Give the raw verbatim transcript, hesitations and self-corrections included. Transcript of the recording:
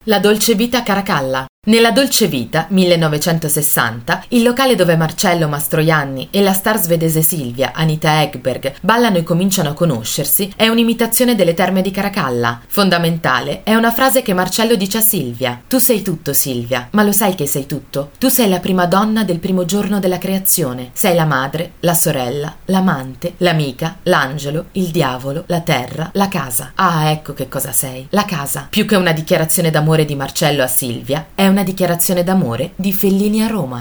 La dolce vita a Caracalla. Nella dolce vita, millenovecentosessanta, il locale dove Marcello Mastroianni e la star svedese Silvia, Anita Ekberg, ballano e cominciano a conoscersi, è un'imitazione delle terme di Caracalla. Fondamentale è una frase che Marcello dice a Silvia: tu sei tutto, Silvia, ma lo sai che sei tutto? Tu sei la prima donna del primo giorno della creazione, sei la madre, la sorella, l'amante, l'amica, l'angelo, il diavolo, la terra, la casa. Ah, ecco che cosa sei, la casa. Più che una dichiarazione d'amore di Marcello a Silvia, è una dichiarazione d'amore di Fellini a Roma.